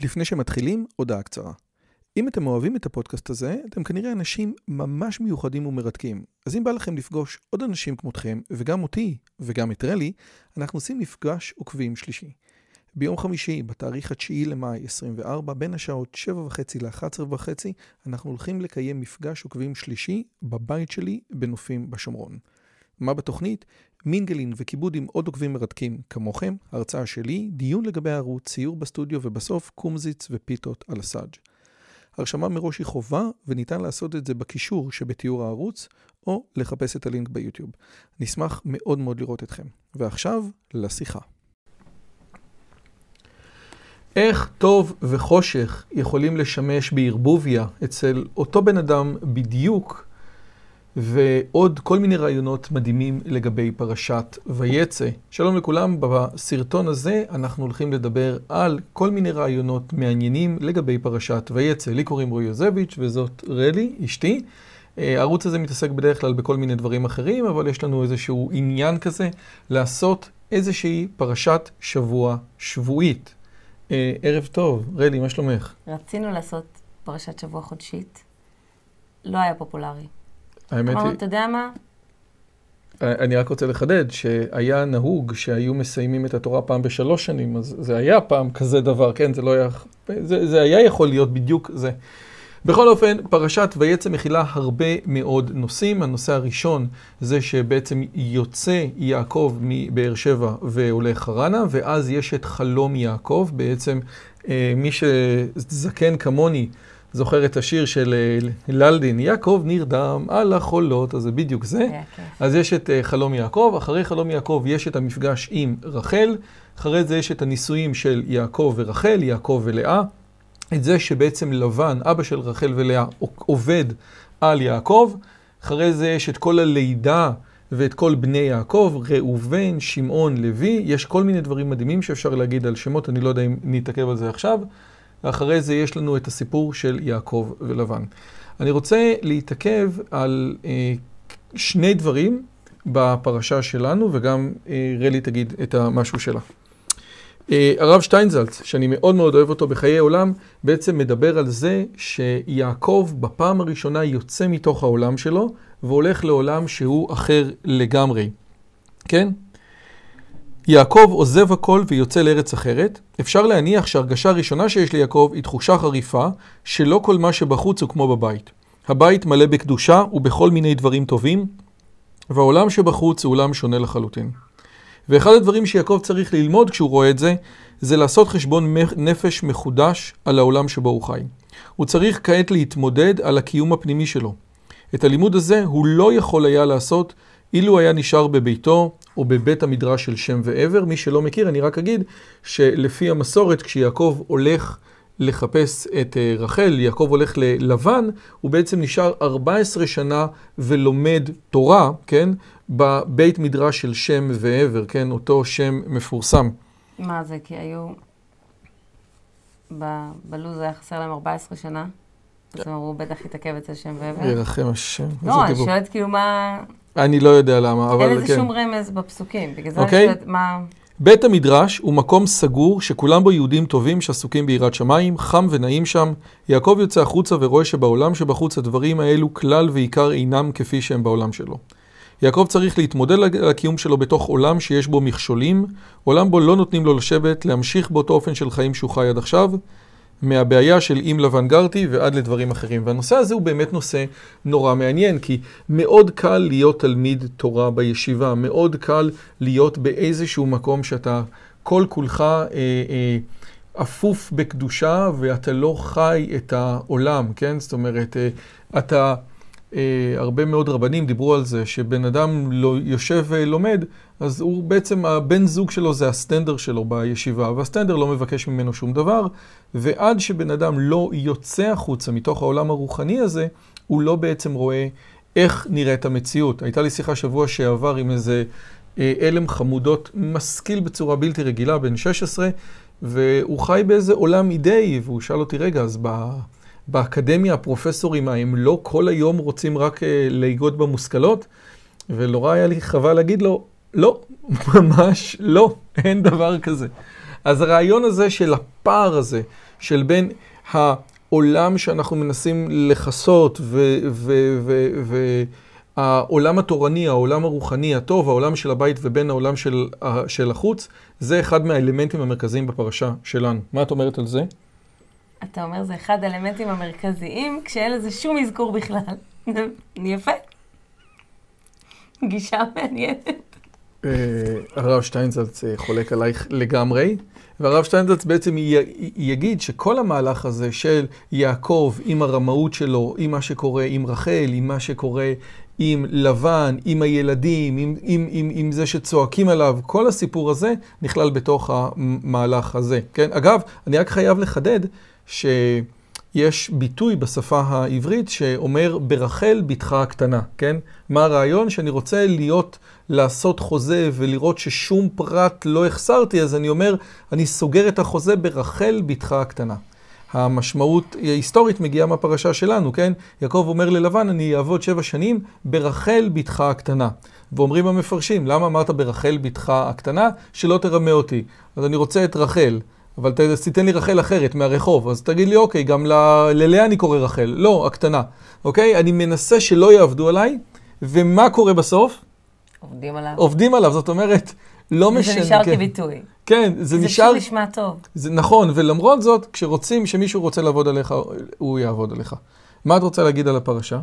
לפני שמתחילים, הודעה קצרה. אם אתם אוהבים את הפודקאסט הזה, אתם כנראה אנשים ממש מיוחדים ומרתקים. אז אם בא לכם לפגוש עוד אנשים כמותכם, וגם אותי, וגם את רלי, אנחנו עושים מפגש עוקבים שלישי. ביום חמישי, בתאריך 9 למאי 24, בין השעות 7:30 ל-11:30, אנחנו הולכים לקיים מפגש עוקבים שלישי בבית שלי בנופים בשומרון. מה בתוכנית? מינגלין וכיבוד עם עוד עוקבים מרתקים כמוכם, הרצאה שלי, דיון לגבי הערוץ, ציור בסטודיו ובסוף קומזיץ ופיתות על הסאג'. הרשמה מראש היא חובה וניתן לעשות את זה בקישור שבתיאור הערוץ או לחפש את הלינק ביוטיוב. נשמח מאוד מאוד לראות אתכם. ועכשיו לשיחה. איך טוב וחושך יכולים לשמש בערבוביה אצל אותו בן אדם בדיוק ועוד כל מיני רעיונות מדהימים לגבי פרשת ויצא. שלום לכולם, בסרטון הזה אנחנו הולכים לדבר על כל מיני רעיונות מעניינים לגבי פרשת ויצא. לי קוראים רועי יוזביץ' וזאת רלי, אשתי. הערוץ הזה מתעסק בדרך כלל בכל מיני דברים אחרים, אבל יש לנו איזשהו עניין כזה לעשות איזושהי פרשת שבוע שבועית. ערב טוב, רלי, מה שלומך? רצינו לעשות פרשת שבוע חודשית. לא היה פופולרי. האמת היא... אתה יודע מה? אני רק רוצה לחדד שהיה נהוג שהיו מסיימים את התורה פעם ב3 שנים, אז זה היה פעם כזה דבר, כן? זה היה יכול להיות בדיוק זה. בכל אופן, פרשת ויצא מכילה הרבה מאוד נושאים. הנושא הראשון זה שבעצם יוצא יעקב מבאר שבע והולך חרנה, ואז יש את חלום יעקב. בעצם מי שזקן כמוני זוכר את השיר של ללדין, יעקב נרדם על החולות, אז זה בדיוק זה. אז יש את חלום יעקב, אחרי חלום יעקב יש את המפגש עם רחל, אחרי זה יש את הנישואים של יעקב ורחל, יעקב ולאה, את זה שבעצם לבן, אבא של רחל ולאה, עובד על יעקב, אחרי זה יש את כל הלידה ואת כל בני יעקב, ראובן, שמעון, לוי, יש כל מיני דברים מדהימים שאפשר להגיד על שמות, אני לא יודע אם נתעכב על זה עכשיו, ואחרי זה יש לנו את הסיפור של יעקב ולבן. אני רוצה להתעכב על שני דברים בפרשה שלנו, וגם רלי תגיד את המשהו שלה. הרב שטיינזלץ, שאני מאוד מאוד אוהב אותו בחיי עולם, בעצם מדבר על זה שיעקב בפעם הראשונה יוצא מתוך העולם שלו, והולך לעולם שהוא אחר לגמרי. כן? יעקב עוזב הכל ויוצא לארץ אחרת. אפשר להניח שהרגשה הראשונה שיש ליעקב היא תחושה חריפה, שלא כל מה שבחוץ הוא כמו בבית. הבית מלא בקדושה ובכל מיני דברים טובים, והעולם שבחוץ הוא עולם שונה לחלוטין. ואחד הדברים שיעקב צריך ללמוד כשהוא רואה את זה, זה לעשות חשבון נפש מחודש על העולם שבו הוא חי. הוא צריך כעת להתמודד על הקיום הפנימי שלו. את הלימוד הזה הוא לא יכול היה לעשות אילו היה נשאר בביתו או בבית המדרש של שם ועבר. מי שלא מכיר, אני רק אגיד שלפי המסורת, כשיעקב הולך לחפש את רחל, יעקב הולך ללבן, הוא בעצם נשאר 14 שנה ולומד תורה, כן? בבית מדרש של שם ועבר, כן? אותו שם מפורסם. מה זה? כי היו... בלוז היה חסר להם 14 שנה. אז הם אמרו, בטח יתעכב אצל שם ועבר. ירחם השם. לא, אני שואלת כאילו מה... אני לא יודע למה, אבל כן. אין איזה שום רמז בפסוקים. בגלל זה אני שואלת מה... בית המדרש הוא מקום סגור שכולם בו יהודים טובים שעסוקים ביראת שמיים, חם ונעים שם. יעקב יוצא החוצה ורואה שבעולם שבחוץ הדברים האלו כלל ועיקר אינם כפי שהם בעולם שלו. יעקב צריך להתמודד על הקיום שלו בתוך עולם שיש בו מכשולים, עולם בו לא נותנים לו לשבת, להמשיך באותו אופן של חיים שהוא חי עד עכשיו, מהבעיה של אם לבן גרתי ועד לדברים אחרים. והנושא הזה הוא באמת נושא נורא מעניין, כי מאוד קל להיות תלמיד תורה בישיבה, מאוד קל להיות באיזשהו מקום שאתה כל כולך אפוף בקדושה ואתה לא חי את העולם, כן? זאת אומרת, אתה... הרבה מאוד רבנים דיברו על זה שבן אדם לא יושב ולומד, אז הוא בעצם הבן זוג שלו זה הסטנדר שלו בישיבה, והסטנדר לא מבקש ממנו שום דבר, ועד שבן אדם לא יוצא החוצה מתוך העולם הרוחני הזה, הוא לא בעצם רואה איך נראית המציאות. הייתה לי שיחה שבוע שעבר עם איזה אלם חמודות משכיל בצורה בלתי רגילה, בן 16, והוא חי באיזה עולם אידאי, והוא שאל אותי, רגע, אז באקדמיה הפרופסורים הם לא כל היום רוצים רק להיגות במושכלות? ולא היה לי חבל להגיד לו, לא, ממש לא, אין דבר כזה. אז הרעיון הזה של הפער הזה, של בין העולם שאנחנו מנסים לחסות והעולם התורני, העולם הרוחני הטוב, העולם של הבית ובין העולם של החוץ, זה אחד מהאלמנטים המרכזיים בפרשה שלנו. מה את אומרת על זה? אתה אומר, זה אחד האלמנטים המרכזיים, כשאין לזה שום אזכור בכלל. יפה. גישה מעניינת. הרב שטיינזלץ חולק עלייך לגמרי, והרב שטיינזלץ בעצם יגיד שכל המהלך הזה של יעקב עם הרמאות שלו, עם מה שקורה עם רחל, עם מה שקורה עם לבן, עם הילדים, עם זה שצועקים עליו, כל הסיפור הזה נכלל בתוך המהלך הזה. כן? אגב, אני רק חייב לחדד שיש ביטוי בשפה העברית שאומר ברחל בתך הקטנה, כן? מה הרעיון? שאני רוצה לעשות חוזה ולראות ששום פרט לא החסרתי, אז אני אומר, אני סוגר את החוזה ברחל בתך הקטנה. המשמעות ההיסטורית מגיעה מהפרשה שלנו, כן? יעקב אומר ללבן, אני אעבוד 7 שנים ברחל בתך הקטנה. ואומרים המפרשים, למה אמרת ברחל בתך הקטנה? שלא תרמה אותי. אז אני רוצה את רחל. אבל תיתן לי רחל אחרת מהרחוב, אז תגיד לי, אוקיי, גם ללאה אני קורא רחל. לא, הקטנה. אוקיי? אני מנסה שלא יעבדו עליי, ומה קורה בסוף? עובדים עליו. עובדים עליו, זאת אומרת, לא משנה. זה נשאר כביטוי. כן, זה נשאר... זה פשוט נשמע טוב. זה נכון, ולמרות זאת, כשרוצים שמישהו רוצה לעבוד עליך, הוא יעבוד עליך. מה את רוצה להגיד על הפרשה?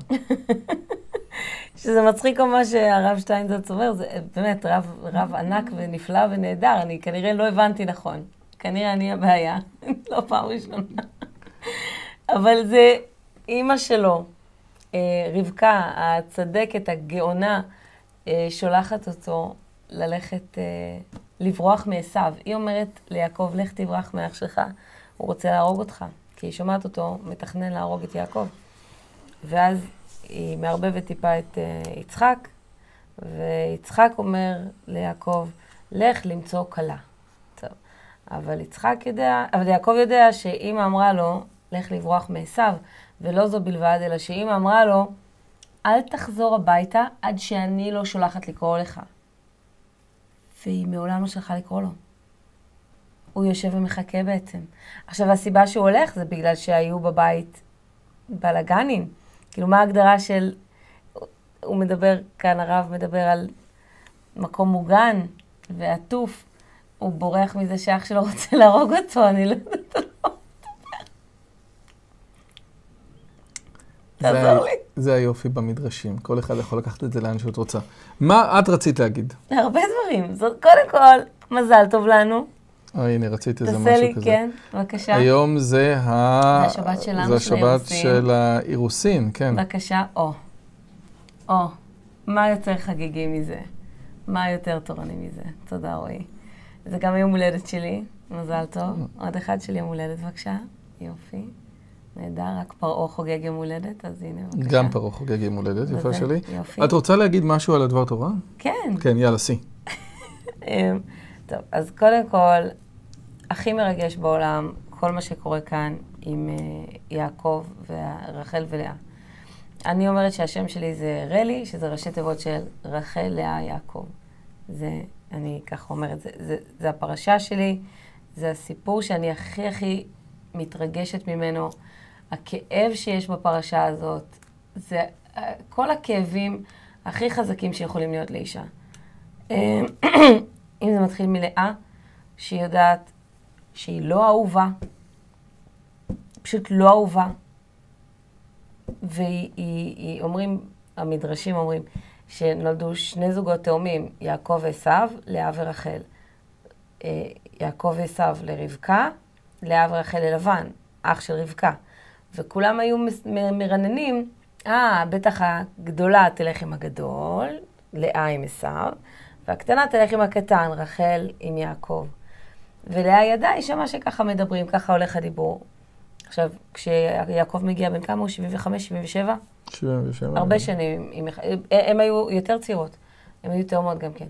שזה מצחיק כמו שהרב שטיינזלץ אומר, זה באמת רב ענק ונפלא ונהדר, אני כנראה לא הבנתי נכון. כנראה אני הבעיה, לא פעם ראשונה. אבל זה אימא שלו, רבקה, הצדקת, הגאונה, שולחת אותו ללכת, לברוח מעשיו. היא אומרת ליעקב, לך תברח מאח שלך, הוא רוצה להרוג אותך. כי היא שומעת אותו, מתכנן להרוג את יעקב. ואז היא מערבבת טיפה את יצחק, ויצחק אומר ליעקב, לך למצוא כלה. טוב. אבל יעקב יודע שאמא אמרה לו, לך לברוח מעשיו, ולא זו בלבד, אלא שאמא אמרה לו, אל תחזור הביתה עד שאני לא שולחת לקרוא לך. והיא מעולם לא שלחה לקרוא לו. הוא יושב ומחכה בעצם. עכשיו, הסיבה שהוא הולך זה בגלל שהיו בבית בלגנים. כאילו, מה ההגדרה של... הוא מדבר, כאן הרב מדבר על מקום מוגן ועטוף. הוא בורח מזה שאח שלו רוצה להרוג אותו, אני לא יודעת לא. תעזור לי. זה היופי במדרשים. כל אחד יכול לקחת את זה לאן שאת רוצה. מה את רצית להגיד? הרבה דברים. זאת קודם כל, מזל טוב לנו. הנה, רציתי איזה משהו כזה. כזה. תעשה לי, כן, בבקשה. היום זה השבת שלנו, זה השבת של האירוסין, כן. בבקשה, מה יותר חגיגי מזה? מה יותר תורני מזה? תודה, רועי. זה גם יום הולדת שלי, מזל טוב. עוד אחד של יום הולדת, בבקשה. יופי. נהדר, רק פרעה חוגג יום הולדת, אז הנה, בבקשה. גם פרעה חוגג יום הולדת, יפה שלי. יופי. את רוצה להגיד משהו על הדבר תורה? כן. כן, יאללה, סי. טוב, אז קודם כל, הכי מרגש בעולם, כל מה שקורה כאן עם יעקב ורחל ולאה. אני אומרת שהשם שלי זה רלי, שזה ראשי תיבות של רחל, לאה, יעקב. זה, אני ככה אומרת, זה הפרשה שלי, זה הסיפור שאני הכי מתרגשת ממנו. הכאב שיש בפרשה הזאת, זה כל הכאבים הכי חזקים שיכולים להיות לאישה. אם זה מתחיל מלאה, שהיא יודעת שהיא לא אהובה, פשוט לא אהובה, והיא אומרים, המדרשים אומרים, שנולדו 2 זוגות תאומים, יעקב ועשיו, לאה ורחל. יעקב ועשיו לרבקה, לאה ורחל ללבן, אח של רבקה. וכולם היו מרננים, בטח הגדולה תלך עם הגדול, לאה עם עשיו, והקטנה תלך עם הקטן, רחל עם יעקב. ולאה ידעה, היא שמעה שככה מדברים, ככה הולך הדיבור. עכשיו, כשיעקב מגיע בין כמה הוא? 75, 77? 77. הרבה שנים. הם היו יותר צעירות. הם היו תאומות גם כן.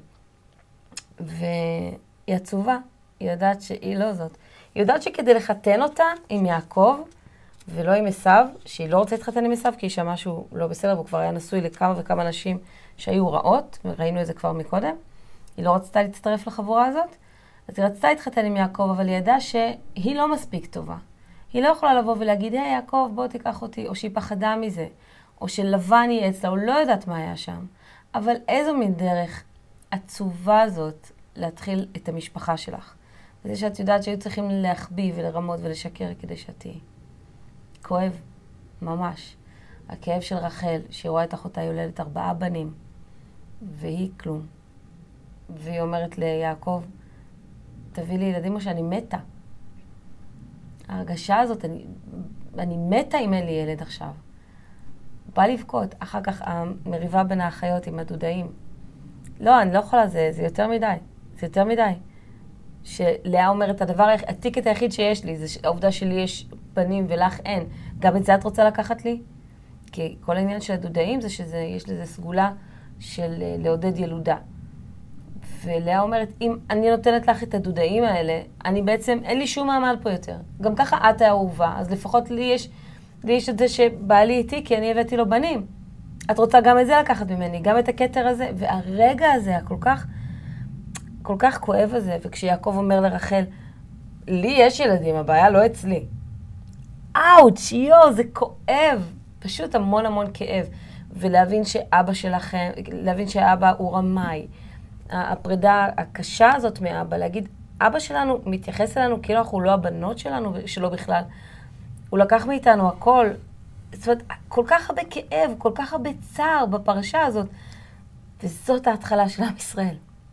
והיא עצובה. היא יודעת שהיא לא זאת. היא יודעת שכדי לחתן אותה עם יעקב, ולא עם עשיו, שהיא לא רוצה להתחתן עם עשיו, כי היא שמעה שהוא לא בסדר, והוא כבר היה נשוי לכמה וכמה נשים שהיו רעות, וראינו את זה כבר מקודם. היא לא רצתה להצטרף לחבורה הזאת, אז היא רצתה להתחתן עם יעקב, אבל היא ידעה שהיא לא מספיק טובה. היא לא יכולה לבוא ולהגיד, היי יעקב, בוא תיקח אותי, או שהיא פחדה מזה, או שלבן יהיה אצלה, או לא יודעת מה היה שם. אבל איזו מין דרך עצובה זאת להתחיל את המשפחה שלך. וזה שאת יודעת שהיו צריכים להחביא ולרמות ולשקר כדי שאת תהיי. כואב, ממש. הכאב של רחל, שהיא רואה את אחותה יולדת 4 בנים, והיא כלום. והיא אומרת ליעקב, תביא לי ילדים או שאני מתה. ההרגשה הזאת, אני מתה אם אין לי ילד עכשיו. בא לבכות, אחר כך המריבה בין האחיות עם הדודאים. לא, אני לא יכולה, זה יותר מדי. זה יותר מדי. שלאה אומרת, הטיקט היחיד שיש לי, זה העובדה שלי יש בנים ולך אין. גם את זה את רוצה לקחת לי? כי כל העניין של הדודאים זה שיש לזה סגולה של לעודד ילודה. ולאה אומרת, אם אני נותנת לך את הדודאים האלה, אני בעצם, אין לי שום מעמד פה יותר. גם ככה את האהובה, אז לפחות לי יש את זה שבעלי איתי, כי אני הבאתי לו בנים. את רוצה גם את זה לקחת ממני, גם את הכתר הזה, והרגע הזה, כל כך כואב הזה, וכשיעקב אומר לרחל, לי יש ילדים, הבעיה לא אצלי. אאוץ', זה כואב, פשוט המון המון כאב. ולהבין שאבא שלכם, להבין שאבא הוא רמאי. הפרידה הקשה הזאת מאבא, להגיד, אבא שלנו מתייחס אלינו כאילו אנחנו לא הבנות שלו בכלל. הוא לקח מאיתנו הכל. זאת אומרת, כל כך הרבה כאב, כל כך הרבה צער בפרשה הזאת. וזאת ההתחלה של עם ישראל.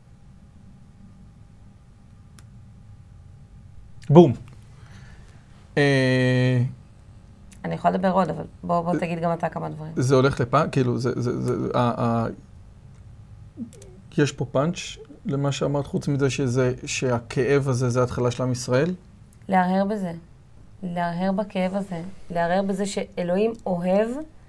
בום. אני יכולה לדבר עוד, אבל בוא תגיד גם אתה כמה דברים. זה הולך לפאנץ', כאילו, יש פה פאנץ' למה שאמרת, חוץ מזה שהכאב הזה זה ההתחלה של עם ישראל? להרהר בזה. להרהר בכאב הזה. להרהר בזה שאלוהים אוהב,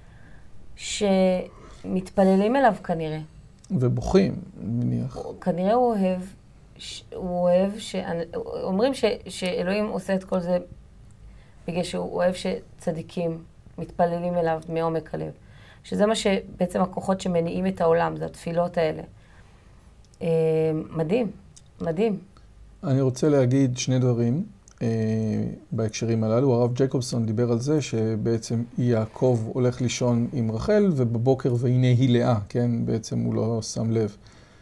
שמתפללים אליו כנראה. ובוכים, מניח. כנראה הוא אוהב, אומרים שאלוהים עושה את כל זה בגלל שהוא אוהב שצדיקים מתפללים אליו מעומק הלב. שזה מה שבעצם הכוחות שמניעים את העולם, זה התפילות האלה. מדהים, מדהים. אני רוצה להגיד 2 דברים בהקשרים הללו. הרב ג'קובסון דיבר על זה שבעצם יעקב הולך לישון עם רחל, ובבוקר והנה היא לאה, כן? בעצם הוא לא שם לב.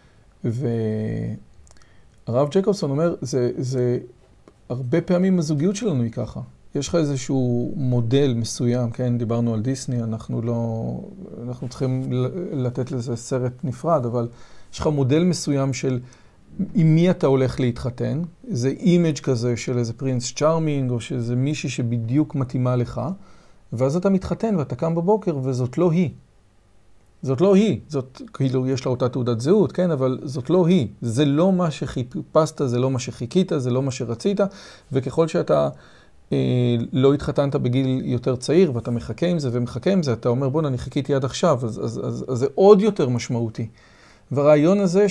והרב ג'קובסון אומר, זה הרבה פעמים הזוגיות שלנו היא ככה. יש לך איזשהו מודל מסוים, כן? דיברנו על דיסני, אנחנו צריכים לתת לזה סרט נפרד, אבל יש לך מודל מסוים של עם מי אתה הולך להתחתן, זה אימג' כזה של איזה פרינס צ'ארמינג, או שזה מישהי שבדיוק מתאימה לך, ואז אתה מתחתן ואתה קם בבוקר, וזאת לא היא. זאת לא היא. זאת, כאילו, יש לה אותה תעודת זהות, כן? אבל זאת לא היא. זה לא מה שחיפשת, זה לא מה שחיכית, זה לא מה שרצית, וככל שאתה לא התחתנת בגיל יותר צעיר, ואתה מחכה עם זה ומחכה עם זה, אתה אומר, בוא, אני חיכיתי עד עכשיו, אז זה עוד יותר משמעותי. והרעיון הזה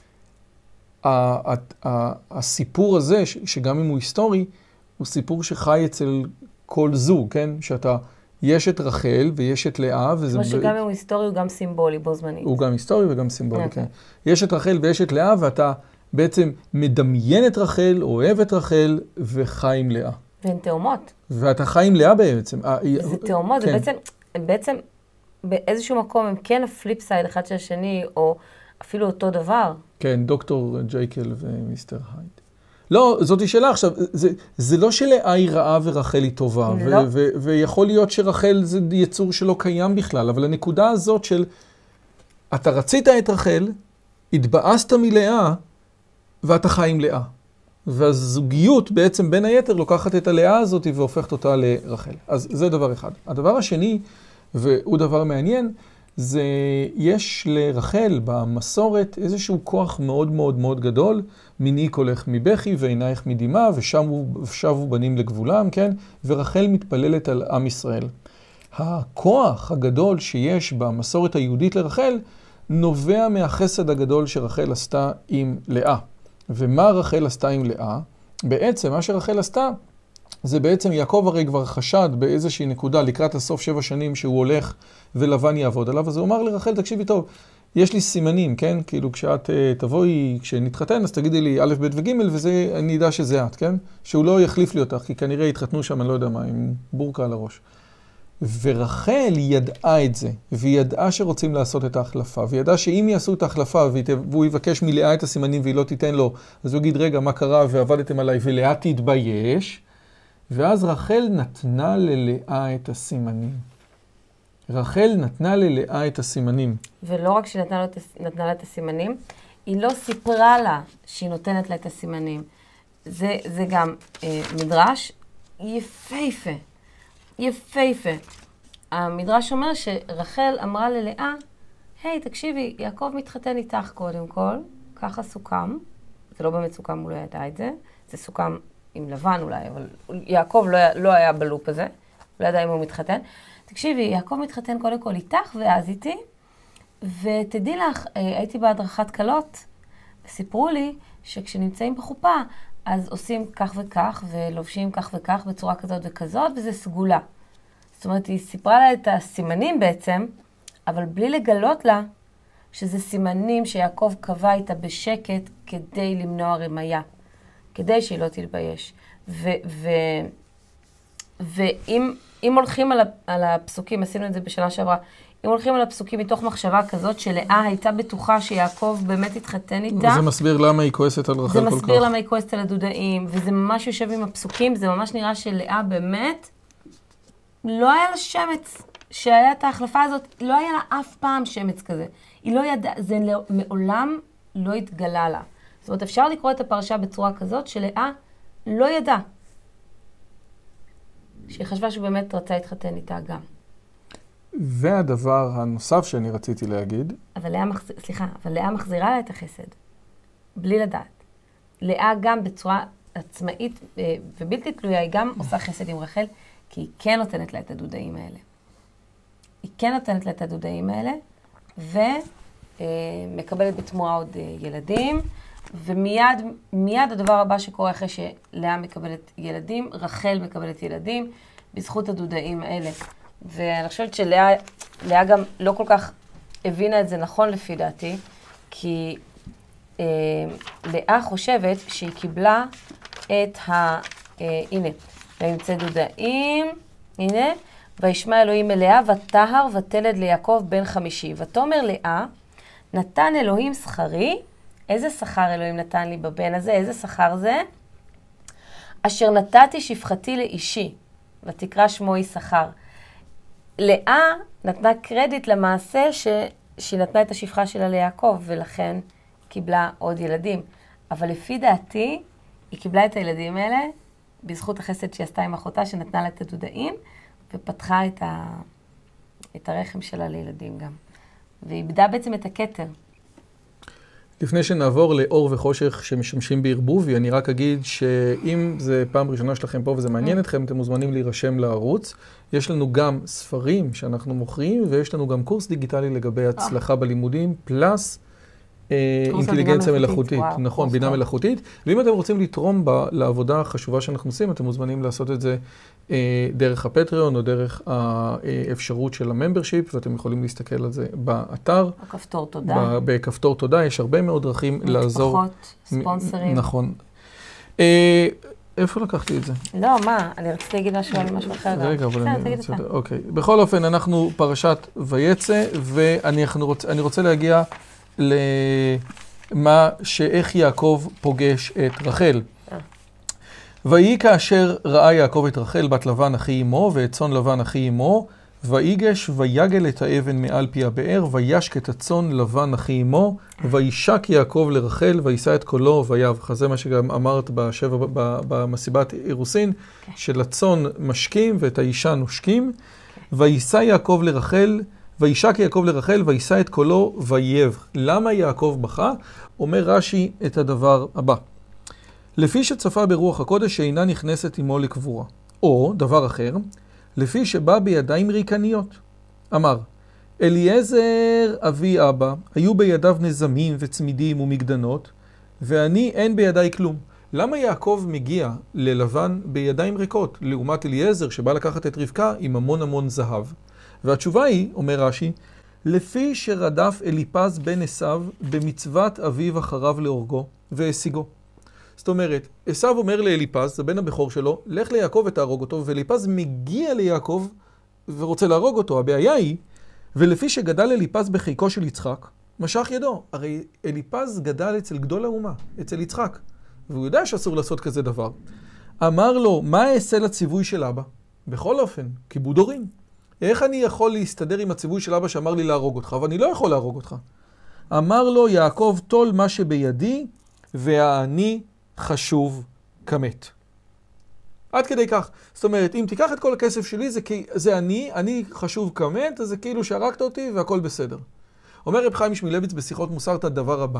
שהסיפור הזה, שגם אם הוא היסטורי, הוא סיפור שחי אצל כל זוג, כן? שאתה, יש את רחל ויש את לאה, וזה... שגם אם הוא היסטורי, הוא גם סימבולי בו זמנית. הוא גם היסטורי וגם סימבולי, כן. יש את רחל ויש את לאה, ואתה בעצם מדמיין את רחל, אוהב את רחל, וחי עם לאה. והן תאומות. ואתה חי עם לאה בעצם. זה תאומות, זה בעצם באיזשהו מקום הם כן הפליפ סייד אחד של השני, או אפילו אותו דבר. כן, דוקטור ג'ייקל ומיסטר הייד. לא, זאת היא שאלה עכשיו, זה לא שלאה היא רעה ורחל היא טובה, לא. ויכול להיות שרחל זה יצור שלא קיים בכלל, אבל הנקודה הזאת של, אתה רצית את רחל, התבאסת מלאה, ואתה חי עם לאה. והזוגיות בעצם בין היתר לוקחת את הלאה הזאת והופכת אותה לרחל. אז זה דבר אחד. הדבר השני, והוא דבר מעניין, זה יש לרחל במסורת איזשהו כוח מאוד מאוד מאוד גדול, מיני קולך מבכי ועינייך מדמעה, ושבו בנים לגבולם, כן? ורחל מתפללת על עם ישראל. הכוח הגדול שיש במסורת היהודית לרחל, נובע מהחסד הגדול שרחל עשתה עם לאה. ומה רחל עשתה עם לאה? בעצם מה שרחל עשתה, זה בעצם יעקב הרי כבר חשד באיזושהי נקודה לקראת הסוף 7 שנים שהוא הולך ולבן יעבוד עליו, אז הוא אמר לרחל, תקשיבי טוב, יש לי סימנים, כן? כאילו כשאת תבואי, כשנתחתן, אז תגידי לי א', ב' וג' וזה, אני יודע שזה את, כן? שהוא לא יחליף לי אותך, כי כנראה התחתנו שם, אני לא יודע מה, עם בורקה על הראש. ורחל ידעה את זה, והיא ידעה שרוצים לעשות את ההחלפה, והיא ידעה שאם יעשו את ההחלפה והוא יבקש מלאה את הסימנים והיא לא תיתן לו, אז הוא יגיד, רגע, מה קרה ועבדתם עליי, ולאה תתבייש, ואז רחל נתנה ללאה את הסימנים. רחל נתנה ללאה את הסימנים. ולא רק שהיא נתנה לה את הסימנים, היא לא סיפרה לה שהיא נותנת לה את הסימנים. זה גם מדרש יפהפה. יפהפה. המדרש אומר שרחל אמרה ללאה, היי, תקשיבי, יעקב מתחתן איתך קודם כל, ככה סוכם. זה לא באמת סוכם, הוא לא ידע את זה. זה סוכם עם לבן אולי, אבל יעקב לא היה בלופ הזה. הוא לא ידע אם הוא מתחתן. תקשיבי, יעקב מתחתן קודם כל איתך ואז איתי, ותדעי לך, הייתי בהדרכת קלות, וסיפרו לי שכשנמצאים בחופה, אז עושים כך וכך, ולובשים כך וכך בצורה כזאת וכזאת, וזה סגולה. זאת אומרת, היא סיפרה לה את הסימנים בעצם, אבל בלי לגלות לה שזה סימנים שיעקב קבע איתה בשקט כדי למנוע רמיה, כדי שהיא לא תתבייש. ואם הולכים על הפסוקים, עשינו את זה בשנה שעברה, אם הולכים על הפסוקים מתוך מחשבה כזאת שלאה הייתה בטוחה שיעקב באמת התחתן איתה. זה מסביר למה היא כועסת על רחל כל כך. זה מסביר למה היא כועסת על הדודאים, וזה ממש יושב עם הפסוקים, זה ממש נראה שלאה באמת לא היה לה שמץ, שהיה את ההחלפה הזאת, לא היה לה אף פעם שמץ כזה. היא לא ידעה, זה מעולם לא התגלה לה. זאת אומרת, אפשר לקרוא את הפרשה בצורה כזאת שלאה לא ידעה. שהיא חשבה שהוא באמת רצה להתחתן איתה גם. והדבר הנוסף שאני רציתי להגיד... אבל לאה מחזירה לה את החסד, בלי לדעת. לאה גם בצורה עצמאית ובלתי תלויה, היא גם עושה חסד עם רחל, כי היא כן נותנת לה את הדודאים האלה. היא כן נותנת לה את הדודאים האלה, ומקבלת בתמורה עוד ילדים, ומיד הדבר הבא שקורה אחרי שלאה מקבלת ילדים, רחל מקבלת ילדים, בזכות הדודאים האלה. ואני חושבת שלאה גם לא כל כך הבינה את זה נכון לפי דעתי, כי לאה חושבת שהיא קיבלה את הנה, וימצא דודאים, הנה, וישמע אלוהים אליה, ותהר ותלד ליעקב בן 50. ותאמר לאה, נתן אלוהים שכרי, איזה שכר אלוהים נתן לי בבן הזה? איזה שכר זה? אשר נתתי שפחתי לאישי, ותקרא שמו יששכר. לאה נתנה קרדיט למעשה שהיא נתנה את השפחה שלה ליעקב, ולכן קיבלה עוד ילדים. אבל לפי דעתי, היא קיבלה את הילדים האלה בזכות החסד שהיא עשתה עם אחותה, שנתנה לה את הדודאים, ופתחה את הרחם שלה לילדים גם. ואיבדה בעצם את הכתר. לפני שנעבור לאור וחושך שמשמשים בערבובי, אני רק אגיד שאם זה פעם ראשונה שלכם פה וזה מעניין אתכם, אתם מוזמנים להירשם לערוץ. יש לנו גם ספרים שאנחנו מוכרים, ויש לנו גם קורס דיגיטלי לגבי הצלחה בלימודים, פלוס אינטליגנציה מלאכותית. נכון, בינה מלאכותית. ואם אתם רוצים לתרום לעבודה החשובה שאנחנו עושים, אתם מוזמנים לעשות את זה דרך הפטריון או דרך האפשרות של הממברשיפ, ואתם יכולים להסתכל על זה באתר. בכפתור תודה. בכפתור תודה, יש הרבה מאוד דרכים לעזור. מתפחות, ספונסרים. נכון. איפה לקחתי את זה? לא, מה? אני רציתי להגיד משהו על משהו אחר. רגע, אבל אני רוצה... אוקיי. בכל אופן, אנחנו פרשת ויצא, ואני רוצה להגיע איך יעקב פוגש את רחל. ויהי כאשר ראה יעקב את רחל בת לבן אחי אמו ואת צאן לבן אחי אמו, ויגש ויגל את האבן מעל פי הבאר, וישק את הצאן לבן אחי אמו, וישק יעקב לרחל, וישא את קולו ויבך. זה מה שגם אמרת במסיבת אירוסין, שלצאן משקים ואת האישה נושקים. וישא יעקב לרחל, וישק יעקב לרחל, וישא את קולו ויבך. למה יעקב בכה? אומר רש"י את הדבר הבא. לפי שצפה ברוח הקודש שאינה נכנסת עמו לקבורה. או, דבר אחר, לפי שבא בידיים ריקניות. אמר, אליעזר אבי אבא, היו בידיו נזמים וצמידים ומגדנות, ואני אין בידיי כלום. למה יעקב מגיע ללבן בידיים ריקות, לעומת אליעזר שבא לקחת את רבקה עם המון המון זהב? והתשובה היא, אומר רש"י, לפי שרדף אליפז בן עשיו במצוות אביו אחריו להורגו והשיגו. זאת אומרת, עשיו אומר לאליפז, זה בן הבכור שלו, לך ליעקב ותהרוג אותו, ואליפז מגיע ליעקב ורוצה להרוג אותו. הבעיה היא, ולפי שגדל אליפז בחיקו של יצחק, משך ידו. הרי אליפז גדל אצל גדול האומה, אצל יצחק, והוא יודע שאסור לעשות כזה דבר. אמר לו, מה אעשה לציווי של אבא? בכל אופן, כיבוד הורים. איך אני יכול להסתדר עם הציווי של אבא שאמר לי להרוג אותך, ואני לא יכול להרוג אותך? אמר לו, יעקב, טול מה שבידי, והאני חשוב כמת. עד כדי כך. זאת אומרת, אם תיקח את כל הכסף שלי, זה אני חשוב כמת, אז זה כאילו שהרגת אותי והכל בסדר. אומר רב חיים משמילביץ בשיחות מוסר את הדבר הבא.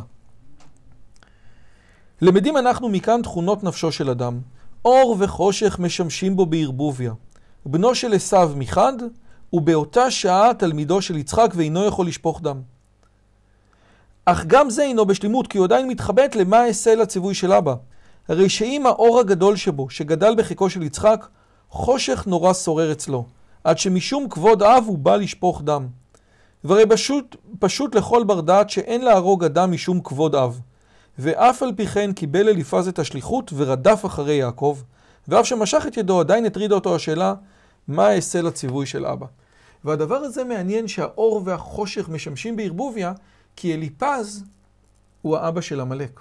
למדים אנחנו מכאן תכונות נפשו של אדם. אור וחושך משמשים בו בערבוביה. בנו של עשיו מחד, ובאותה שעה תלמידו של יצחק ואינו יכול לשפוך דם. אך גם זה אינו בשלימות, כי הוא עדיין מתחבט למה אעשה לציווי של אבא. הרי שאם האור הגדול שבו, שגדל בחיקו של יצחק, חושך נורא שורר אצלו, עד שמשום כבוד אב הוא בא לשפוך דם. והרי פשוט לכל בר דעת שאין להרוג אדם משום כבוד אב. ואף על פי כן קיבל אליפז את השליחות ורדף אחרי יעקב, ואף שמשך את ידו עדיין הטרידה אותו השאלה, מה אעשה לציווי של אבא? והדבר הזה מעניין שהאור והחושך משמשים בערבוביה, כי אליפז הוא האבא של עמלק.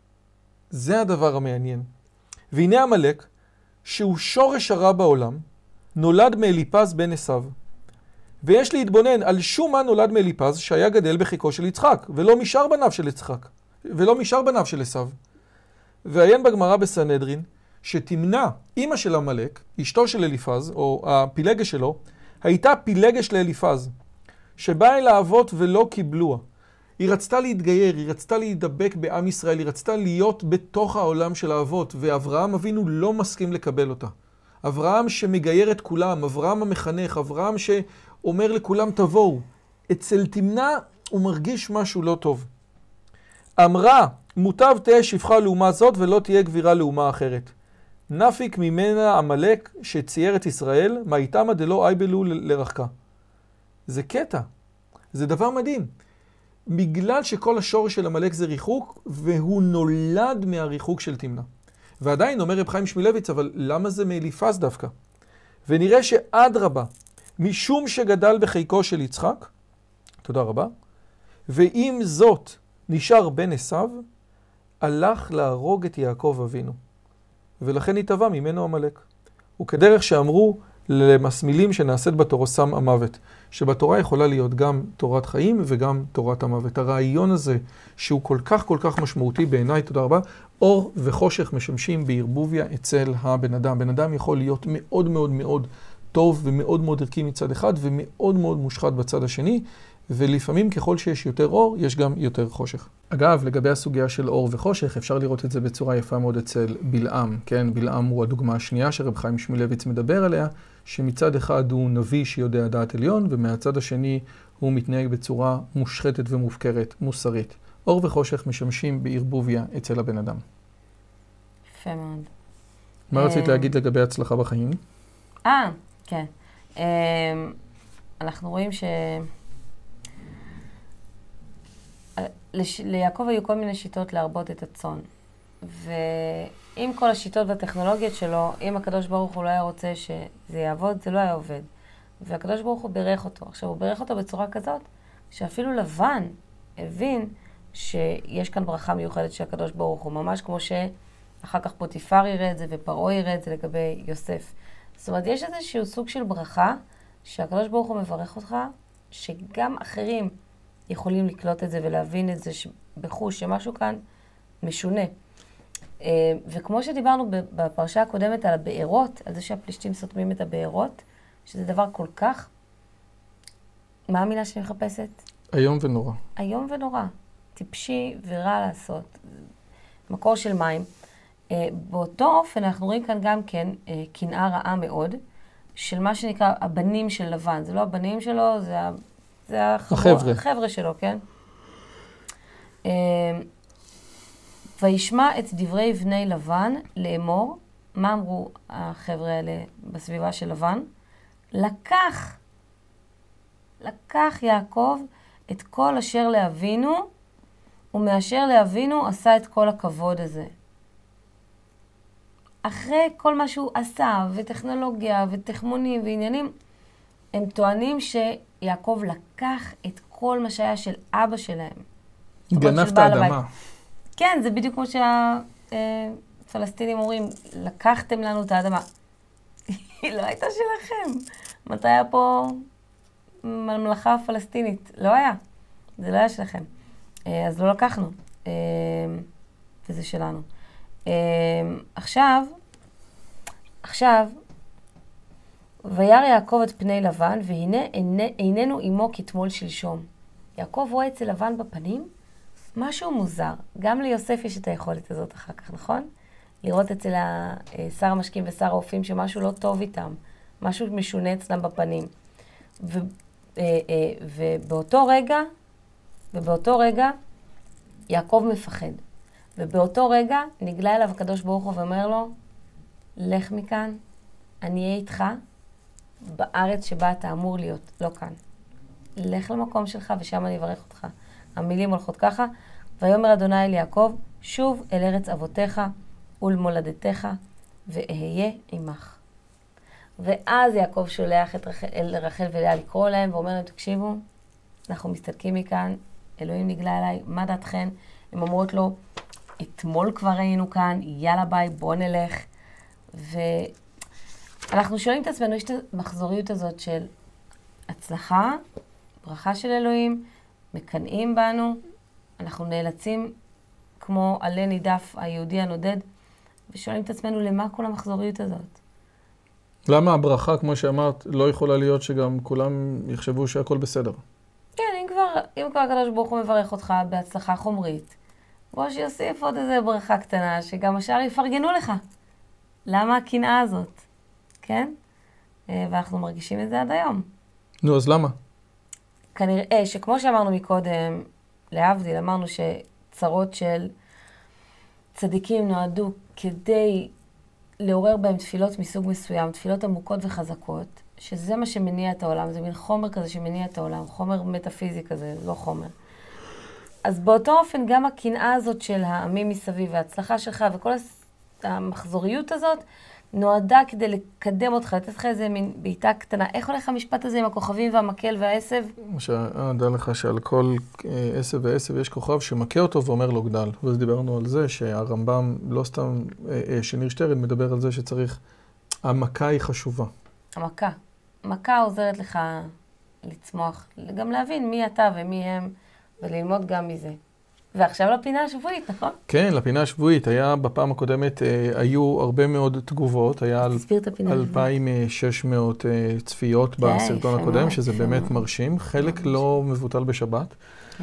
זה הדבר המעניין. והנה עמלק, שהוא שורש הרע בעולם, נולד מאליפז בן עשיו. ויש להתבונן על שום מה נולד מאליפז שהיה גדל בחיקו של יצחק, ולא משאר בניו של יצחק, ולא משאר בניו של עשיו. ועיין בגמרא בסנהדרין, שתמנע אמא של עמלק, אשתו של אליפז, או הפילגש שלו, הייתה פילגש לאליפז, שבאה אל האבות ולא קיבלוה. היא רצתה להתגייר, היא רצתה להידבק בעם ישראל, היא רצתה להיות בתוך העולם של האבות, ואברהם אבינו לא מסכים לקבל אותה. אברהם שמגייר את כולם, אברהם המחנך, אברהם שאומר לכולם תבואו. אצל תמנע הוא מרגיש משהו לא טוב. אמרה, מוטב תהיה שפחה לאומה זאת ולא תהיה גבירה לאומה אחרת. נפיק ממנה עמלק שצייר את ישראל, מה איתמה דלא אייבלו לרחקה. זה קטע, זה דבר מדהים. בגלל שכל השורש של עמלק זה ריחוק, והוא נולד מהריחוק של תמנע. ועדיין אומר רב חיים משמילביץ, אבל למה זה מאליפז דווקא? ונראה שעד רבה, משום שגדל בחיקו של יצחק, תודה רבה, ועם זאת נשאר בן עשיו, הלך להרוג את יעקב אבינו. ולכן התהווה ממנו עמלק. וכדרך שאמרו למסמילים שנעשית בתורה שם המוות, שבתורה יכולה להיות גם תורת חיים וגם תורת המוות. הרעיון הזה שהוא כל כך משמעותי בעיניי, תודה רבה, אור וחושך משמשים בערבוביה אצל הבן אדם. בן אדם יכול להיות מאוד מאוד מאוד טוב ומאוד מאוד ערכי מצד אחד ומאוד מאוד מושחת בצד השני, ולפעמים ככל שיש יותר אור, יש גם יותר חושך. אגב, לגבי הסוגיה של אור וחושך, אפשר לראות את זה בצורה יפה מאוד אצל בלעם. כן, בלעם הוא הדוגמה השנייה שרב חיים משמילביץ מדבר עליה, שמצד אחד הוא נביא שיודע דעת עליון, ומהצד השני הוא מתנהג בצורה מושחתת ומופקרת, מוסרית. אור וחושך משמשים בערבוביה אצל הבן אדם. יפה מאוד. מה רצית להגיד לגבי הצלחה בחיים? כן. אנחנו רואים ליעקב היו כל מיני שיטות להרבות את הצאן. ועם כל השיטות והטכנולוגיות שלו, אם הקדוש ברוך הוא לא היה רוצה שזה יעבוד, זה לא היה עובד. והקדוש ברוך הוא בירך אותו. עכשיו, הוא בירך אותו בצורה כזאת, שאפילו לבן הבין שיש כאן ברכה מיוחדת של הקדוש ברוך הוא. ממש כמו שאחר כך פוטיפר יראה את זה ופרעה יראה את זה לגבי יוסף. זאת אומרת, יש איזשהו סוג של ברכה שהקדוש ברוך הוא מברך אותך, שגם אחרים יכולים לקלוט את זה ולהבין את זה בחוש שמשהו כאן משונה. וכמו שדיברנו בפרשה הקודמת על הבארות, על זה שהפלישתים סותמים את הבארות, שזה דבר כל כך, מה המילה שאני מחפשת? איום ונורא. איום ונורא. טיפשי ורע לעשות. מקור של מים. באותו אופן אנחנו רואים כאן גם כן קנאה רעה מאוד, של מה שנקרא הבנים של לבן. זה לא הבנים שלו, זה החבר'ה שלו, כן? וישמע את דברי בני לבן לאמור, מה אמרו החבר'ה האלה בסביבה של לבן? לקח לקח יעקב את כל אשר לאבינו, ומאשר לאבינו עשה את כל הכבוד הזה. אחרי כל מה שהוא עשה, וטכנולוגיה, ותחמונים, ועניינים, הם טוענים שיעקב לקח את כל מה שהיה של אבא שלהם. גנב את האדמה. כן, זה בדיוק כמו שהפלסטינים אומרים, לקחתם לנו את האדמה. היא לא הייתה שלכם. מתי היה פה ממלכה פלסטינית? לא היה. זה לא היה שלכם. אז לא לקחנו. וזה שלנו. עכשיו, וירא יעקב את פני לבן, והנה איננו עמו כתמול שלשום. יעקב רואה אצל לבן בפנים משהו מוזר. גם ליוסף יש את היכולת הזאת אחר כך, נכון? לראות אצל שר המשקים ושר האופים שמשהו לא טוב איתם. משהו משונה אצלם בפנים. ובאותו רגע יעקב מפחד. ובאותו רגע נגלה אליו הקדוש ברוך הוא ואומר לו, לך מכאן, אני אהיה איתך בארץ שבה אתה אמור להיות, לא כאן. לך למקום שלך ושם אני אברך אותך. המילים הולכות ככה, ויאמר אדוני אל יעקב, שוב אל ארץ אבותיך ולמולדתך, ואהיה עמך. ואז יעקב שולח אל רחל ולאה לקרוא להם, ואומר להם, תקשיבו, אנחנו מסתלקים מכאן, אלוהים נגלה אליי, מה דעתכן? הם אומרות לו, אתמול כבר היינו כאן, יאללה ביי, בוא נלך. ואנחנו שואלים את עצמנו, יש את המחזוריות הזאת של הצלחה, ברכה של אלוהים, מקנאים בנו, אנחנו נאלצים, כמו עלה נידף היהודי הנודד, ושואלים את עצמנו, למה כל המחזוריות הזאת? למה הברכה, כמו שאמרת, לא יכולה להיות שגם כולם יחשבו שהכל בסדר? כן, אם כבר הקדוש ברוך הוא מברך אותך בהצלחה חומרית, בוא שיוסיף עוד איזה ברכה קטנה, שגם השאר יפרגנו לך. למה הקנאה הזאת? כן? ואנחנו מרגישים את זה עד היום. נו, אז למה? כנראה שכמו שאמרנו מקודם, להבדיל, אמרנו שצרות של צדיקים נועדו כדי לעורר בהם תפילות מסוג מסוים, תפילות עמוקות וחזקות, שזה מה שמניע את העולם, זה מין חומר כזה שמניע את העולם, חומר מטאפיזי כזה, לא חומר. אז באותו אופן גם הקנאה הזאת של העמים מסביב וההצלחה שלך וכל המחזוריות הזאת נועדה כדי לקדם אותך, לתת לך איזה מין בעיטה קטנה. איך הולך המשפט הזה עם הכוכבים והמקל והעשב? דע לך שעל כל עשב ועשב יש כוכב שמכה אותו ואומר לו גדל. ואז דיברנו על זה שהרמב"ם, לא סתם שניר שטרן, מדבר על זה שצריך, המכה היא חשובה. המכה עוזרת לך לצמוח, גם להבין מי אתה ומי הם, וללמוד גם מזה. ועכשיו לפינה השבועית, נכון? כן, לפינה השבועית. היה בפעם הקודמת, היו הרבה מאוד תגובות. היה 2,600 צפיות בסרטון הקודם, שזה באמת מרשים. חלק לא מבוטל בשבת.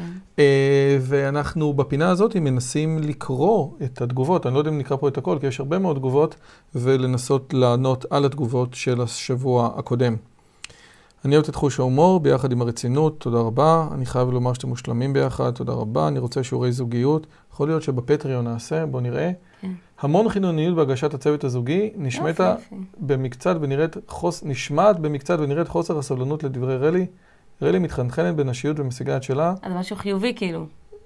ואנחנו בפינה הזאת מנסים לקרוא את התגובות. אני לא יודע אם נקרא פה את הכל, כי יש הרבה מאוד תגובות, ולנסות לענות על התגובות של השבוע הקודם. אני אוהב את תחוש ההומור ביחד עם הרצינות, תודה רבה. אני חייב לומר שאתם מושלמים ביחד, תודה רבה. אני רוצה שיעורי זוגיות. יכול להיות שבפטריון נעשה, בוא נראה. המון חינוניות בהגשת הצוות הזוגי, נשמעת במקצת ונראית חוסר הסבלנות לדברי רלי. רלי מתחנחנת בנשיות ומשיגה את שלה. אז משהו חיובי כאילו.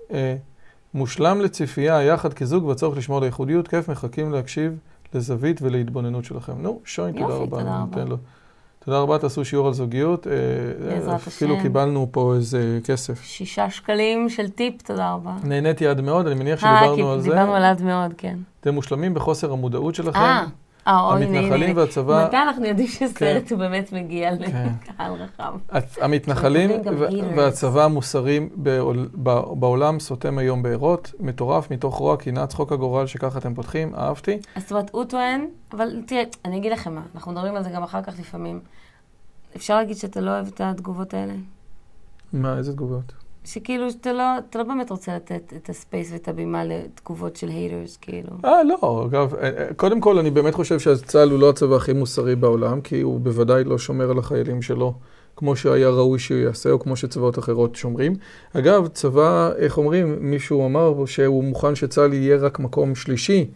מושלם לצפייה, יחד כזוג והצורך לשמור על הייחודיות, כיף מחכים להקשיב לזווית ולהתבוננות שלכם. נו, שוין, תודה רבה. תודה רבה, תעשו שיעור על זוגיות. אפילו קיבלנו פה איזה כסף. 6 שקלים של טיפ, תודה רבה. נהניתי עד מאוד, אני מניח שדיברנו על זה. דיברנו על עד מאוד, כן. אתם מושלמים בחוסר המודעות שלכם. המתנחלים והצבא... מתי אנחנו יודעים שסרט הוא באמת מגיע לקהל רחב? המתנחלים והצבא המוסריים בעולם סותם היום בעירות, מטורף מתוך רוע, קנאה, צחוק הגורל שככה אתם פותחים, אהבתי. אז זאת אומרת, הוא טוען, אבל תראה, אני אגיד לכם מה, אנחנו מדברים על זה גם אחר כך לפעמים. אפשר להגיד שאתה לא אוהב את התגובות האלה? מה, איזה תגובות? שכאילו, אתה לא באמת רוצה לתת את הספייס ואת הבימה לתגובות של הייטרס, כאילו. לא, אגב, קודם כל אני באמת חושב שהצה"ל הוא לא הצבא הכי מוסרי בעולם, כי הוא בוודאי לא שומר על החיילים שלו, כמו שהיה ראוי שהוא יעשה, או כמו שצבאות אחרות שומרים. אגב, צבא, איך אומרים, מישהו אמר שהוא מוכן שצה"ל יהיה רק מקום שלישי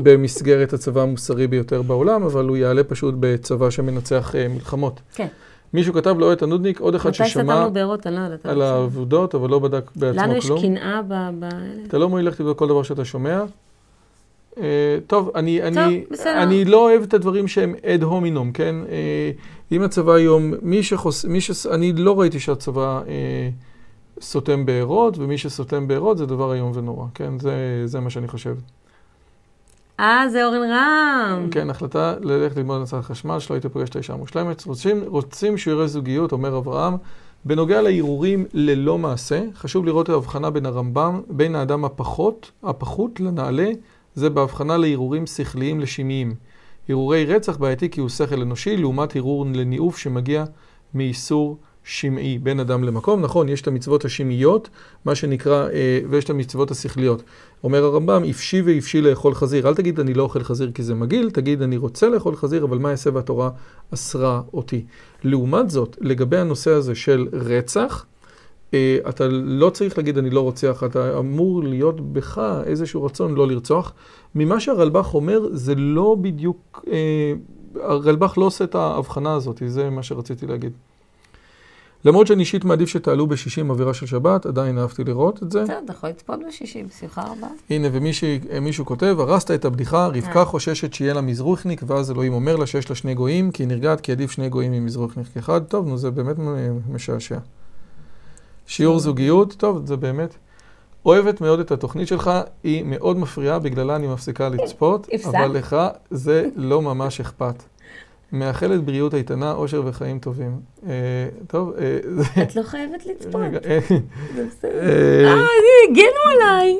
במסגרת הצבא המוסרי ביותר בעולם, אבל הוא יעלה פשוט בצבא שמנצח מלחמות. כן. מישהו כתב לא את הנודניק, עוד אחד ששמע מתי סתמנו בארות? אני לא יודעת. על העבודות, אבל לא בדק בעצמו כלום. לנו יש קנאה אתה לא מועיל לך לבדוק כל דבר שאתה שומע. טוב, אני לא אוהב את הדברים שהם אד הומינום, כן? אם הצבא היום, אני לא ראיתי שהצבא סותם בארות, ומי שסותם בארות זה דבר היום ונורא, כן? זה מה שאני חושב. זה אורן רם. כן, החלטה ללכת ללמוד הנדסת חשמל, שלא היית פוגש את האישה המושלמת. רוצים שיעורי זוגיות, אומר אברהם. בנוגע להרהורים ללא מעשה, חשוב לראות את ההבחנה בין הרמב"ם, בין האדם הפחות לנעלה, זה בהבחנה להרהורים שכליים לשמיים. הרהורי רצח בעייתי כי הוא שכל אנושי, לעומת הרהור לניאוף שמגיע מאיסור שמעי, בין אדם למקום. נכון, יש את המצוות השמעיות, מה שנקרא, ויש את המצוות השכליות. אומר הרמב"ם, אפשי ואפשי לאכול חזיר. אל תגיד אני לא אוכל חזיר כי זה מגעיל, תגיד אני רוצה לאכול חזיר, אבל מה יעשה והתורה אסרה אותי. לעומת זאת, לגבי הנושא הזה של רצח, אתה לא צריך להגיד אני לא רוצח, אתה אמור להיות בך איזשהו רצון לא לרצוח. ממה שהרלב"ח אומר, זה לא בדיוק, הרלב"ח לא עושה את ההבחנה הזאת, זה מה שרציתי להגיד. למרות שאני אישית מעדיף שתעלו ב-60 אווירה של שבת, עדיין אהבתי לראות את זה. אתה יכול לצפות ב-60, בשמחה רבה. הנה, ומישהו כותב, הרסת את הבדיחה, רבקה חוששת שיהיה לה מזרוחניק, ואז אלוהים אומר לה שיש לה 2 גויים, כי נרגעת כי עדיף 2 גויים עם מזרוחניק אחד. טוב, נו, זה באמת משעשע. שיעור זוגיות, טוב, זה באמת. אוהבת מאוד את התוכנית שלך, היא מאוד מפריעה, בגללה אני מפסיקה לצפות, אבל לך זה לא ממש אכפת. מאחלת בריאות איתנה, אושר וחיים טובים. טוב, את לא חייבת לצפות. זה בסדר. הגנו עליי.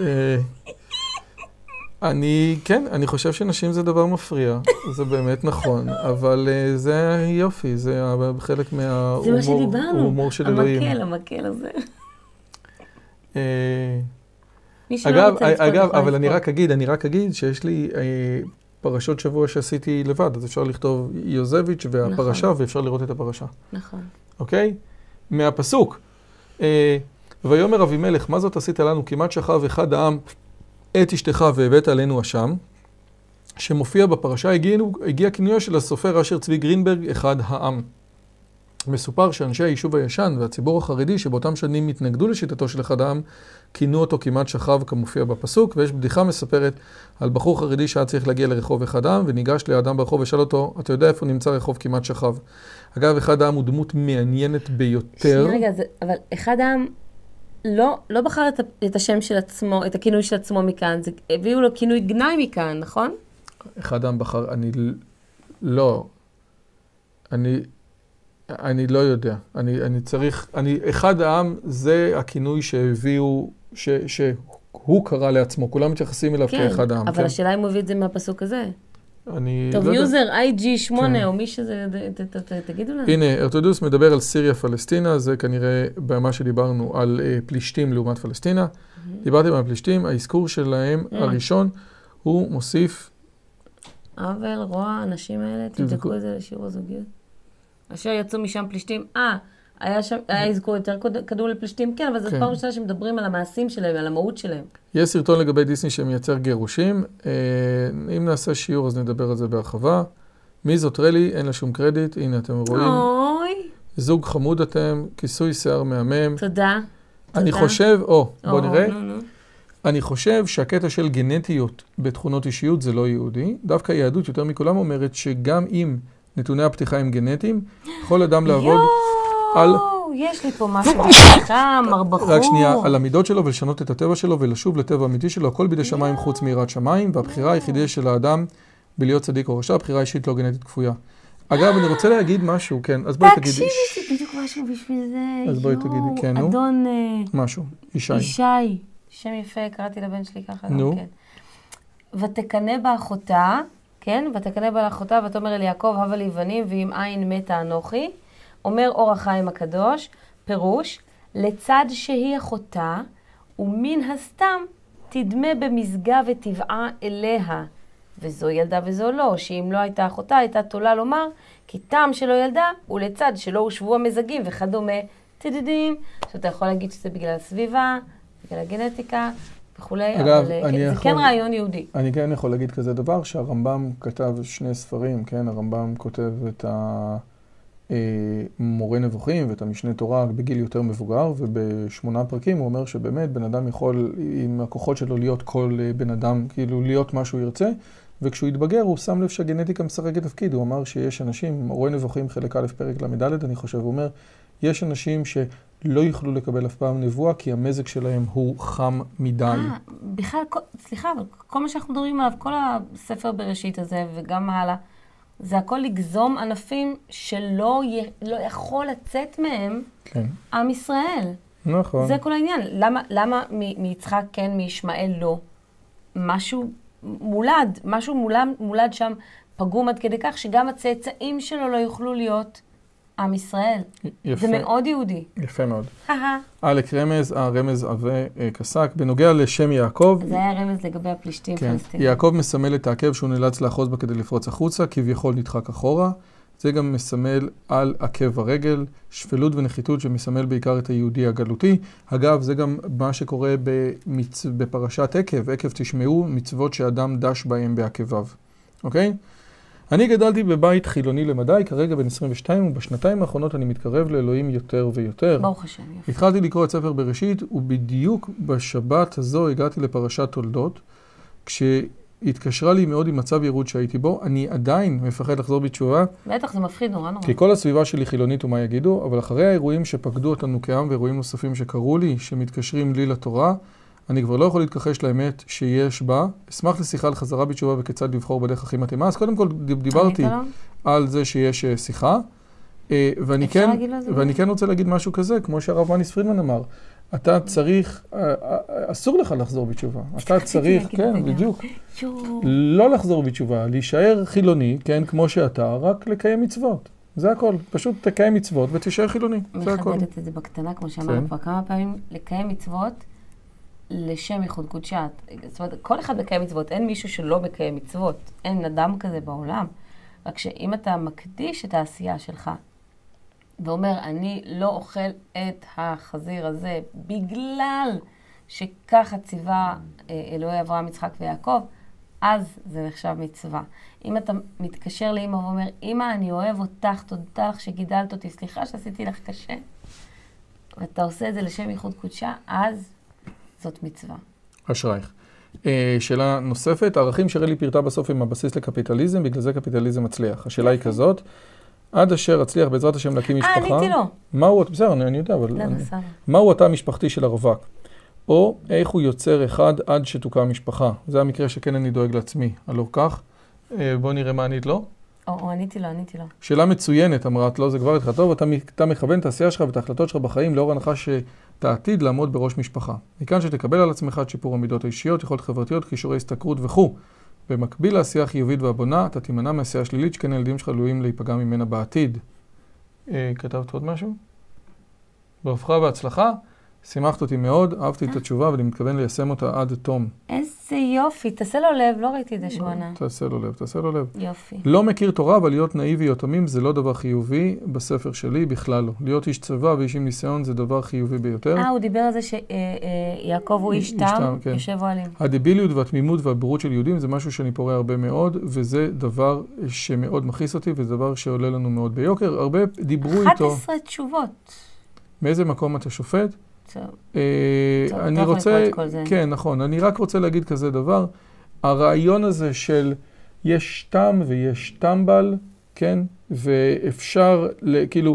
אני חושב שנשים זה דבר מפריע, זה באמת נכון, אבל זה יופי, זה חלק מההומור של אלוהים. המקל הזה. אגב, אבל אני רק אגיד שיש לי פרשות שבוע שעשיתי לבד, אז אפשר לכתוב יוזביץ' והפרשה, ואפשר לראות את הפרשה. נכון. אוקיי? מהפסוק. ויאמר אבימלך, מה זאת עשית לנו? כמעט שכב אחד העם את אשתך והבאת עלינו אשם, שמופיע בפרשה, הגיע כינויו של הסופר אשר צבי גרינברג, אחד העם. מסופר שאנשי היישוב הישן והציבור החרדי שבאותם שנים התנגדו לשיטתו של אחד העם, כינו אותו כמעט שכב כמופיע בפסוק, ויש בדיחה מספרת על בחור חרדי שהיה צריך להגיע לרחוב אחד העם, וניגש לאדם ברחוב ושאל אותו, אתה יודע איפה נמצא רחוב כמעט שכב? אגב, אחד העם הוא דמות מעניינת ביותר. רגע, אבל אחד העם לא בחר את השם של עצמו, את הכינוי של עצמו מכאן, הביאו לו כינוי גנאי מכאן, נכון? אחד העם בחר, אני לא יודע. אני צריך, אחד העם זה הכינוי שהביאו, שהוא קרא לעצמו. כולם מתייחסים אליו כאחד העם. כן, אבל השאלה אם הוא הביא את זה מהפסוק הזה. טוב, יוזר IG8 או מי שזה, תגידו לנו. הנה, ארתודוס מדבר על סיריה פלסטינה, זה כנראה במה שדיברנו על פלישתים לעומת פלסטינה. דיברתם על פלישתים, האזכור שלהם הראשון, הוא מוסיף... אבל רוע האנשים האלה, תבדקו את זה לשיעור הזוגיות. אשר יצאו משם פלישתים, היה אזכור יותר קדום לפלישתים, כן, אבל זו פעם ראשונה שמדברים על המעשים שלהם, על המהות שלהם. יש סרטון לגבי דיסני שמייצר גירושים, אם נעשה שיעור אז נדבר על זה בהרחבה. מי זאת רלי? אין לה שום קרדיט, הנה אתם רואים. אוי. זוג חמוד אתם, כיסוי שיער מהמם. תודה. אני חושב, בוא נראה. אני חושב שהקטע של גנטיות בתכונות אישיות זה לא יהודי. דווקא היהדות יותר מכולם אומרת שגם אם נתוני הפתיחה הם גנטיים, יכול אדם לעבוד על... יש לי פה משהו בשבילך, מר בחור. רק שנייה, על המידות שלו ולשנות את הטבע שלו ולשוב לטבע האמיתי שלו, הכל בידי שמיים חוץ מיראת שמיים, והבחירה היחידה של האדם בלהיות צדיק או רשע, הבחירה אישית לא גנטית כפויה. אגב, אני רוצה להגיד משהו, כן, אז בואי תגידי. תקשיבי, זה בדיוק משהו בשביל זה. אז בואי תגידי, כן, נו. אדון... משהו, ישי. ישי, שם יפה, קראתי לבן שלי ככה. נו. ותקנה באחותה, כן? ותקנה באחותה, ותאמר אל יעקב, הבה לי בנים, ואם אין מתה אנוכי. אומר אור החיים הקדוש, פירוש, לצד שהיא אחותה, ומן הסתם תדמה במסגה וטבעה אליה. וזו ילדה וזו לא, שאם לא הייתה אחותה, הייתה תולה לומר, כי טעם שלא ילדה, ולצד שלא הושבו המזגים וכדומה, תדדים. עכשיו אתה יכול להגיד שזה בגלל הסביבה, בגלל הגנטיקה וכולי, אגב, אבל זה כן רעיון יהודי. אני כן יכול להגיד כזה דבר, שהרמב"ם כתב 2 ספרים, כן? הרמב"ם כותב את מורה נבוכים ואת המשנה תורה בגיל יותר מבוגר, וב8 פרקים הוא אומר שבאמת בן אדם יכול עם הכוחות שלו להיות כל בן אדם, כאילו להיות מה שהוא ירצה, וכשהוא יתבגר הוא שם לב שהגנטיקה משחקת תפקיד. הוא אמר שיש אנשים, מורה נבוכים חלק א' פרק למדלת, אני חושב, הוא אומר, יש אנשים שלא יוכלו לקבל אף פעם נבואה, כי המזג שלהם הוא חם מדי. בכלל, סליחה, אבל כל מה שאנחנו מדברים עליו, כל הספר בראשית הזה וגם הלאה, זה הכל לגזום ענפים שלא יכול לצאת מהם כן. עם ישראל. נכון. זה כל העניין. למה מיצחק כן, מישמעאל לא? משהו מולד שם פגום עד כדי כך שגם הצאצאים שלו לא יוכלו להיות עם ישראל. יפה. זה מאוד יהודי. יפה מאוד. אלק רמז, הרמז עבה קסק. בנוגע לשם יעקב. זה היה רמז לגבי הפלישתים כן. פלסטינים. יעקב מסמל את העקב שהוא נאלץ לאחוז בה כדי לפרוץ החוצה, כביכול נדחק אחורה. זה גם מסמל על עקב הרגל, שפלות ונחיתות שמסמל בעיקר את היהודי הגלותי. אגב, זה גם מה שקורה בפרשת עקב. עקב תשמעו מצוות שאדם דש בהם בעקביו. אוקיי? אני גדלתי בבית חילוני למדי, כרגע בן 22, ובשנתיים האחרונות אני מתקרב לאלוהים יותר ויותר. ברוך השם, יפה. התחלתי לקרוא את ספר בראשית, ובדיוק בשבת הזו הגעתי לפרשת תולדות, כשהתקשרה לי מאוד עם מצב ירוד שהייתי בו. אני עדיין מפחד לחזור בתשובה. בטח, זה מפחיד נורא. כי כל הסביבה שלי חילונית ומה יגידו, אבל אחרי האירועים שפקדו אותנו כעם ואירועים נוספים שקרו לי, שמתקשרים לי לתורה, אני כבר לא יכול להתכחש לאמת שיש בה. אשמח לשיחה על חזרה בתשובה וכיצד לבחור בדרך הכי מתאימה. אז קודם כל דיברתי על זה שיש שיחה, ואני כן רוצה להגיד משהו כזה, כמו שהרב מניס פרידמן אמר. אתה צריך, אסור לך לחזור בתשובה. אתה צריך, כן, בדיוק. לא לחזור בתשובה, להישאר חילוני, כן, כמו שאתה, רק לקיים מצוות. זה הכל. פשוט תקיים מצוות ותישאר חילוני. זה הכל. מחדדת את זה בקטנה, כמו שאמרנו כבר כמה פעמים, לקיים מצוות לשם ייחוד קודשה. זאת אומרת, כל אחד מקיים מצוות. אין מישהו שלא מקיים מצוות. אין אדם כזה בעולם. רק שאם אתה מקדיש את העשייה שלך, ואומר, אני לא אוכל את החזיר הזה בגלל שככה ציווה אלוהי אברהם, יצחק ויעקב, אז זה נחשב מצווה. אם אתה מתקשר לאמא ואומר, אמא, אני אוהב אותך, תודה לך שגידלת אותי, סליחה שעשיתי לך קשה, ואתה עושה את זה לשם ייחוד קודשה, אז זאת מצווה. אשרייך. שאלה נוספת, הערכים שרלי פירטה בסוף הם הבסיס לקפיטליזם, בגלל זה קפיטליזם מצליח. השאלה היא כזאת, עד אשר הצליח בעזרת השם להקים משפחה. עניתי לו. מהו, בסדר, אני יודע, אבל מהו התא המשפחתי של הרווק? או איך הוא יוצר אחד עד שתוקם משפחה? זה המקרה שכן אני דואג לעצמי. הלא כך, בוא נראה מה ענית לו. או עניתי לו. שאלה מצוינת, אמרת לו, זה כבר איתך טוב, אתה מכוון את העשייה שלך ואת ההחלטות שלך בחיים לאור הנחה שאתה עתיד לעמוד בראש משפחה. מכאן שתקבל על עצמך את שיפור המידות האישיות, יכולות חברתיות, כישורי הסתכרות וכו'. במקביל לעשייה חיובית והבונה, אתה תימנע מעשייה שלילית, שכן הילדים שלך עלולים להיפגע ממנה בעתיד. כתבת עוד משהו? ברכה והצלחה. שימחת אותי מאוד, אהבתי את התשובה, ואני מתכוון ליישם אותה עד תום. איזה יופי, תעשה לו לב, לא ראיתי את זה שמונה. תעשה לו לב. יופי. לא מכיר תורה, אבל להיות נאיבי או תמים זה לא דבר חיובי בספר שלי, בכלל לא. להיות איש צבא ואיש עם ניסיון זה דבר חיובי ביותר. הוא דיבר על זה שיעקב הוא איש תם, יושב אוהלים. הדביליות והתמימות והבורות של יהודים זה משהו שאני פורע הרבה מאוד, וזה דבר שמאוד מכעיס אותי, וזה דבר שעולה לנו מאוד ביוקר. הרבה דיברו איתו. 11 תשובות. מאיזה מקום אתה שופט? אני רוצה, כן, נכון, אני רק רוצה להגיד כזה דבר, הרעיון הזה של יש טעם ויש טמבל, כן, ואפשר, כאילו,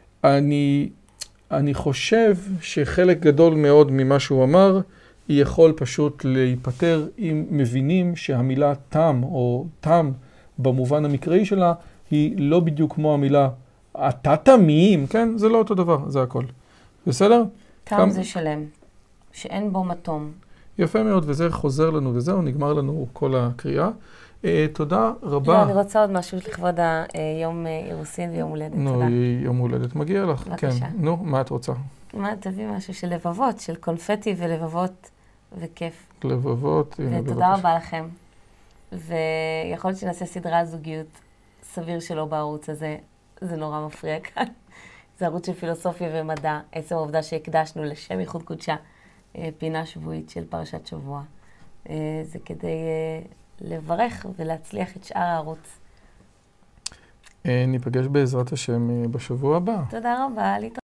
אני חושב שחלק גדול מאוד ממה שהוא אמר, יכול פשוט להיפטר אם מבינים שהמילה טעם או טעם במובן המקראי שלה, היא לא בדיוק כמו המילה אתה תמים, כן, זה לא אותו דבר, זה הכל. בסדר? טעם זה שלם, שאין בו מתום. יפה מאוד, וזה חוזר לנו וזהו, נגמר לנו כל הקריאה. תודה רבה. לא, אני רוצה עוד משהו לכבוד היום אירוסין ויום הולדת. נו, יום הולדת מגיע לך. בבקשה. כן. נו, מה את רוצה? מה, תביא משהו של לבבות, של קונפטי ולבבות וכיף. לבבות, הנה בבקשה. ותודה רבה לכם. ויכול להיות שנעשה סדרה על זוגיות סביר שלא בערוץ הזה, זה נורא מפריע כאן. זה ערוץ של פילוסופיה ומדע, עצם העובדה שהקדשנו לשם ייחוד קודשה, פינה שבועית של פרשת שבוע. זה כדי לברך ולהצליח את שאר הערוץ. ניפגש בעזרת השם בשבוע הבא. תודה רבה, להתראות.